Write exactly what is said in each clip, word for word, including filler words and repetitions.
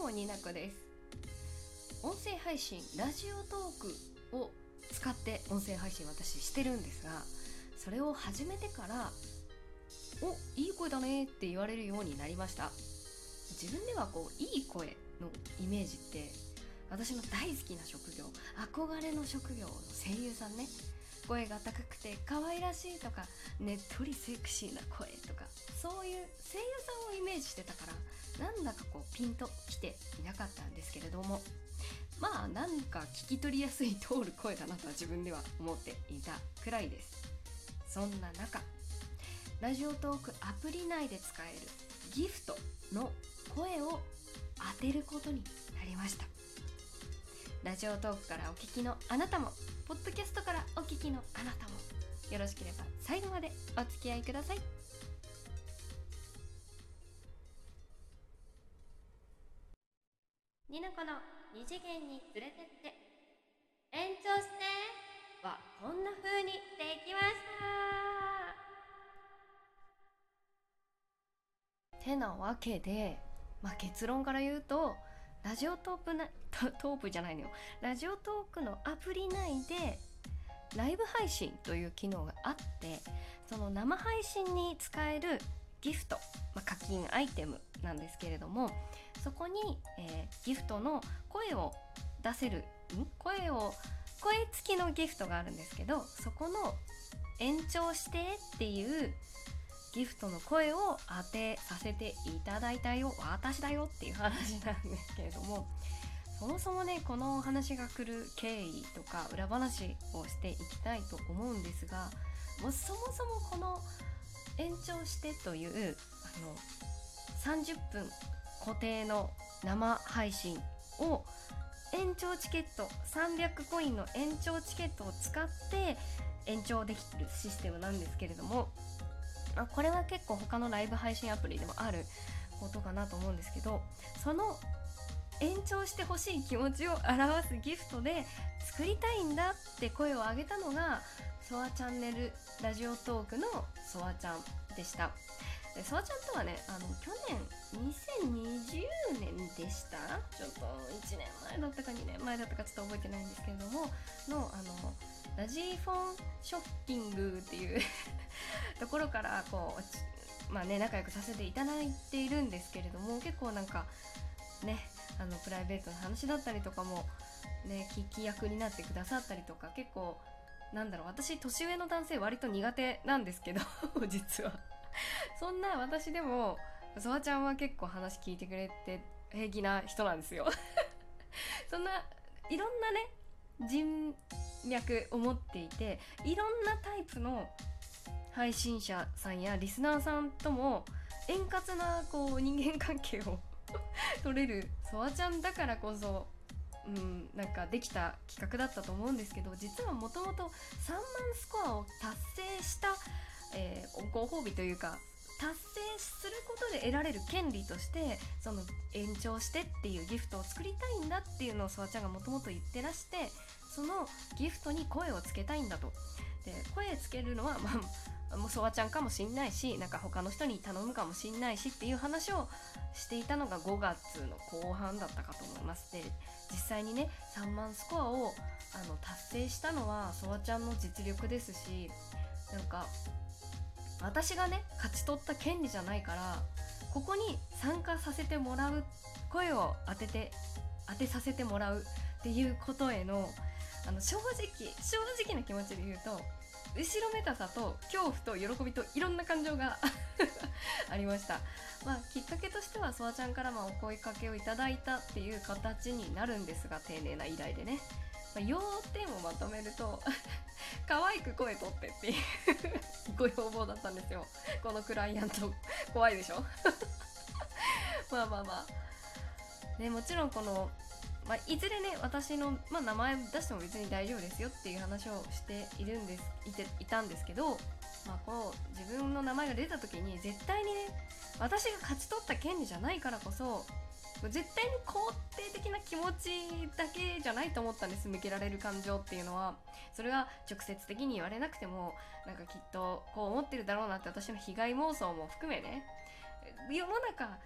もになこです。音声配信ラジオトークを使って音声配信私してるんですが、それを始めてからおいい声だねって言われるようになりました。自分ではこういい声のイメージって私の大好きな職業、憧れの職業の声優さんね、声が高くて可愛らしいとかねっとりセクシーな声とか、そういう声優さんをイメージしてたからなんだかこうピンときていなかったんですけれども、まあなんか聞き取りやすい通る声だなとは自分では思っていたくらいです。そんな中、ラジオトークアプリ内で使えるギフトの声を当てることになりました。ラジオトークからお聞きのあなたも、ポッドキャストからお聞きのあなたも、よろしければ最後までお付き合いください。になこの二次元に連れてって延長してはこんな風にできました。てなわけで、まあ、結論から言うと、ラジオトープなトープじゃないのよラジオトークのアプリ内でライブ配信という機能があって、その生配信に使えるギフト、まあ、課金アイテムなんですけれども、そこに、えー、ギフトの声を出せるん声を声付きのギフトがあるんですけど、そこの延長してっていうギフトの声を当てさせていただいたよ、私だよっていう話なんですけれども、そもそもね、この話が来る経緯とか裏話をしていきたいと思うんですが、もうそもそもこの延長してというあのさんじゅっぷん固定の生配信を延長チケットさんびゃくコインの延長チケットを使って延長できるシステムなんですけれども、これは結構他のライブ配信アプリでもあることかなと思うんですけど、その延長してほしい気持ちを表すギフトで作りたいんだって声を上げたのがソワチャンネルラジオトークのソワちゃんでした。でソワちゃんとはね、あの去年にせんにじゅうねんでした、ちょっといちねんまえだったかにねんまえだったかちょっと覚えてないんですけれどものあのラジフォンショッキングっていうところからこう、まあね、仲良くさせていただいているんですけれども、結構なんかね、あのプライベートの話だったりとかもね、聞き役になってくださったりとか、結構なんだろう、私年上の男性割と苦手なんですけど実はそんな私でもソワちゃんは結構話聞いてくれて平気な人なんですよそんないろんなね人脈を持っていて、いろんなタイプの配信者さんやリスナーさんとも円滑なこう人間関係を取れるソワちゃんだからこそ、うん、なんかできた企画だったと思うんですけど、実はもともとさんまんスコアを達成した、えー、ご褒美というか達成することで得られる権利として、その延長してっていうギフトを作りたいんだっていうのをソワちゃんがもともと言ってらして、そのギフトに声をつけたいんだと。で声つけるのはまあもうソワちゃんかもしんないし、なんか他の人に頼むかもしんないしっていう話をしていたのがごがつの後半だったかと思います。で実際にねさんまんスコアをあの達成したのはソワちゃんの実力ですし、なんか私がね勝ち取った権利じゃないから、ここに参加させてもらう、声を当てて当てさせてもらうっていうことへのあの正直正直な気持ちで言うと、後ろめたさと恐怖と喜びといろんな感情がありました。まあ、きっかけとしてはソワちゃんからまあお声かけをいただいたっていう形になるんですが、丁寧な依頼でね、まあ、要点をまとめると可愛く声取ってっていうご要望だったんですよ、このクライアント。怖いでしょまあまあまあ、ね、もちろんこのまあ、いずれね私の、まあ、名前出しても別に大丈夫ですよっていう話をしているんですいていたんですけど、まあ、こう自分の名前が出た時に絶対にね私が勝ち取った権利じゃないからこそ、絶対に肯定的な気持ちだけじゃないと思ったんです。向けられる感情っていうのは、それが直接的に言われなくてもなんかきっとこう思ってるだろうなって、私の被害妄想も含めね、世の中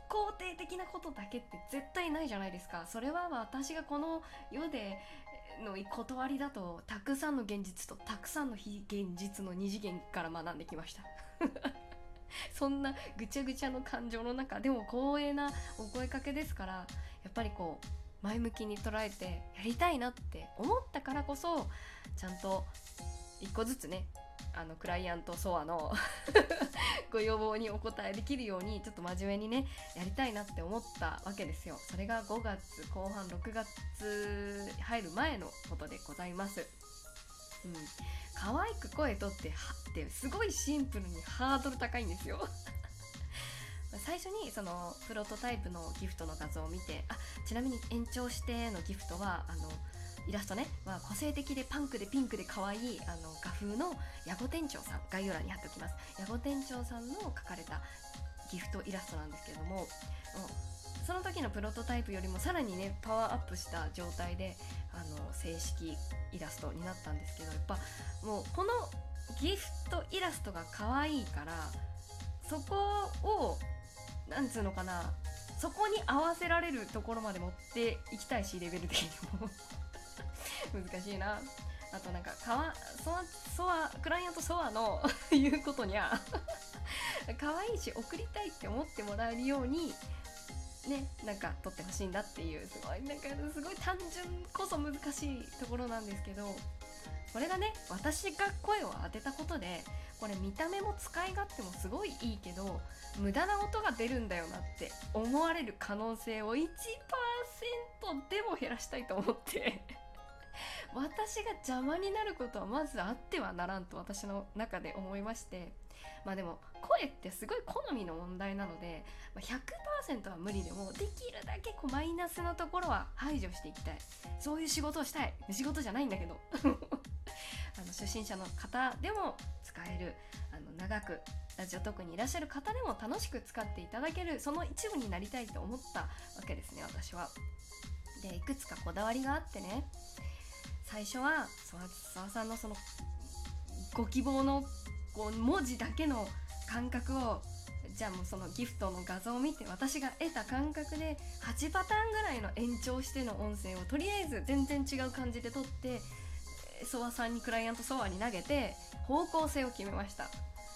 肯定的なことだけって絶対ないじゃないですか。それは私がこの世での断りだと、たくさんの現実とたくさんの非現実の二次元から学んできましたそんなぐちゃぐちゃの感情の中でも光栄なお声かけですから、やっぱりこう前向きに捉えてやりたいなって思ったからこそ、ちゃんと一個ずつね、あのクライアントソアのご要望にお答えできるように、ちょっと真面目にねやりたいなって思ったわけですよ。それがごがつこう半ろくがつ入る前のことでございます。うん、可愛く声とってはってすごいシンプルにハードル高いんですよ最初にそのプロトタイプのギフトの画像を見て、あ、ちなみに延長してのギフトはあのイラストね、まあ、個性的でパンクでピンクで可愛いあの画風のヤゴ店長さん、概要欄に貼っておきます。ヤゴ店長さんの描かれたギフトイラストなんですけれども、もうその時のプロトタイプよりもさらにねパワーアップした状態であの正式イラストになったんですけど、やっぱもうこのギフトイラストが可愛いから、そこをなんつうのかな、そこに合わせられるところまで持っていきたいし、レベル的にも難しいな。あとなんかかわソアソアクライアントソアの言うことにゃ可愛いし送りたいって思ってもらえるようにね、なんか撮ってほしいんだっていう、すごいなんかすごい単純こそ難しいところなんですけど、これがね私が声を当てたことで、これ見た目も使い勝手もすごいいいけど無駄な音が出るんだよなって思われる可能性を いちパーセント でも減らしたいと思って私が邪魔になることはまずあってはならんと私の中で思いまして、まあでも声ってすごい好みの問題なので ひゃくパーセント は無理でも、できるだけこうマイナスのところは排除していきたい、そういう仕事をしたい、仕事じゃないんだけどあの初心者の方でも使える、あの長くラジオトークにいらっしゃる方でも楽しく使っていただける、その一部になりたいと思ったわけですね、私は。でいくつかこだわりがあってね、最初はソワさんのそのご希望のこう文字だけの感覚を、じゃあもうそのギフトの画像を見て私が得た感覚ではちパターンぐらいの延長しての音声をとりあえず全然違う感じで撮って、ソワさんにクライアントソワに投げて方向性を決めました、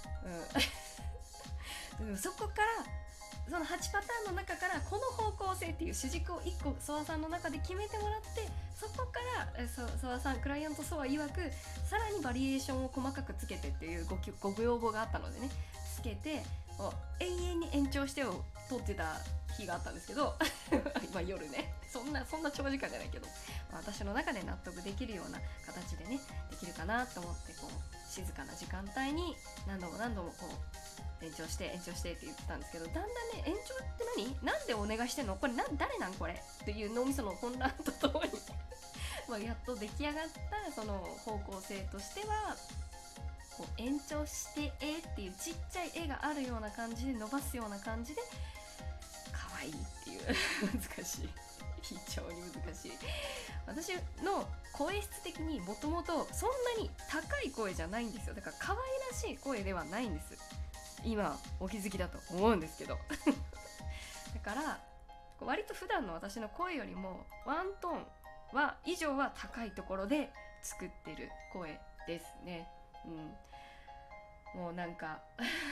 うん、そこからそのはちパターンの中からこの方向性っていう主軸をいっこソワさんの中で決めてもらって、そこからソソワさんクライアントソワ曰くさらにバリエーションを細かくつけてっていう ご, ご要望があったのでね、つけて永遠に延長してを撮ってた日があったんですけど今夜ね、そんなそんな長時間じゃないけど、私の中で納得できるような形でねできるかなと思って、こう静かな時間帯に何度も何度もこう延長して延長してって言ってたんですけど、だんだんね延長って何なんでお願いしてんのこれな誰なんこれっていう脳みその混乱とともにまあやっと出来上がったその方向性としては、こう延長して絵っていうちっちゃい絵があるような感じで伸ばすような感じで可愛いっていう難しい非常に難しい。私の声質的にもともとそんなに高い声じゃないんですよ。だから可愛らしい声ではないんです。今お気づきだと思うんですけどだから割と普段の私の声よりもワントーンは以上は高いところで作ってる声ですね。うん、もうなんか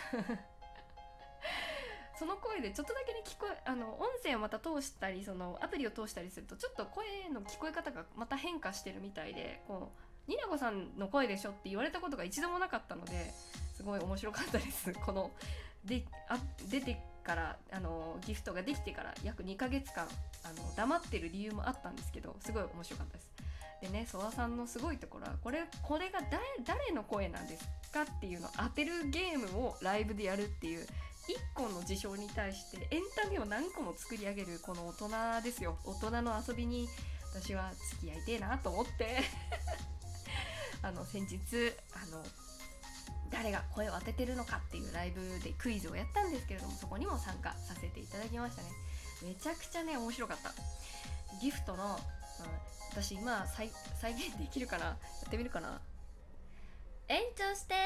その声でちょっとだけね聞こえあの音声をまた通したりそのアプリを通したりするとちょっと声の聞こえ方がまた変化してるみたいで、こうニナコさんの声でしょって言われたことが一度もなかったのですごい面白かったですこのであ出てからあのギフトができてから約にかげつかんあの黙ってる理由もあったんですけど、すごい面白かったです。でね、ソワさんのすごいところはこれこれが 誰, 誰の声なんですかっていうのを当てるゲームをライブでやるっていういっこの事象に対してエンタメを何個も作り上げるこの大人ですよ。大人の遊びに私は付き合いてえなと思ってあの先日あの誰が声を当ててるのかっていうライブでクイズをやったんですけれども、そこにも参加させていただきましたね。めちゃくちゃね面白かった。ギフトの、うん、私今再, 再現できるかな、やってみるかな。延長して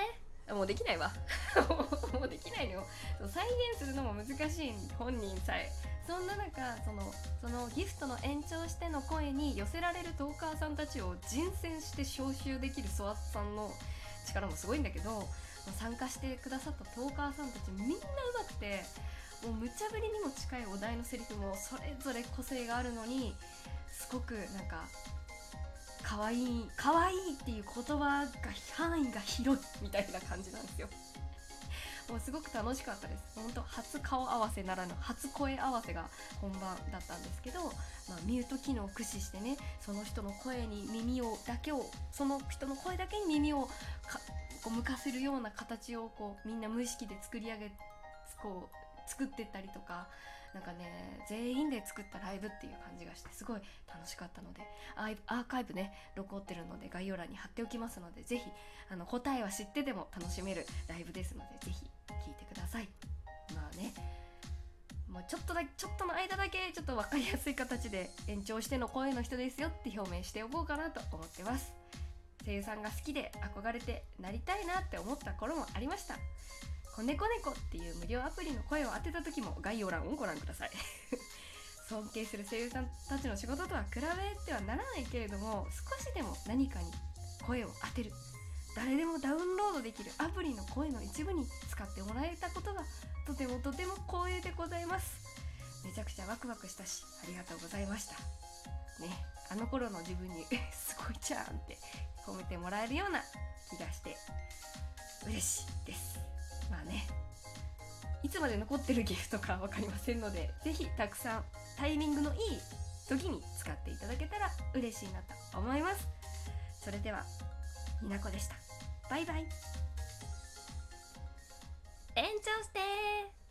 もうできないわもうできないのよ。そう再現するのも難しい本人さえ。そんな中そのそのギフトの延長しての声に寄せられるトーカーさんたちを人選して招集できるソワスさんの力もすごいんだけど、参加してくださったトーカーさんたちみんな上手くて、もう無茶ぶりにも近いお題のセリフもそれぞれ個性があるのに、すごくなんか可愛い可愛いっていう言葉が範囲が広いみたいな感じなんですよ。もうすごく楽しかったです。本当初顔合わせならぬ初声合わせが本番だったんですけど、まあ、ミュート機能を駆使してね、その人の声に耳をだけをその人の声だけに耳をかこう向かせるような形をこうみんな無意識で作り上げこう作ってったりとか、なんかね全員で作ったライブっていう感じがしてすごい楽しかったので、アーアーカイブね残ってるので概要欄に貼っておきますので、ぜひあの答えは知ってても楽しめるライブですので、ぜひ聞いてください。まあね、もうちょっとだちょっとの間だけちょっと分かりやすい形で延長しての声の人ですよって表明しておこうかなと思ってます。声優さんが好きで憧れてなりたいなって思った頃もありました。子猫猫っていう無料アプリの声を当てた時も概要欄をご覧ください尊敬する声優さんたちの仕事とは比べてはならないけれども、少しでも何かに声を当てる、誰でもダウンロードできるアプリの声の一部に使ってもらえたことがとてもとても光栄でございます。めちゃくちゃワクワクしたし、ありがとうございましたね。あの頃の自分にすごいじゃんって褒めてもらえるような気がして嬉しいです。まあね、いつまで残ってるギフトか分かりませんので、ぜひたくさんタイミングのいい時に使っていただけたら嬉しいなと思います。それではになこでした。バイバイ。延長してー。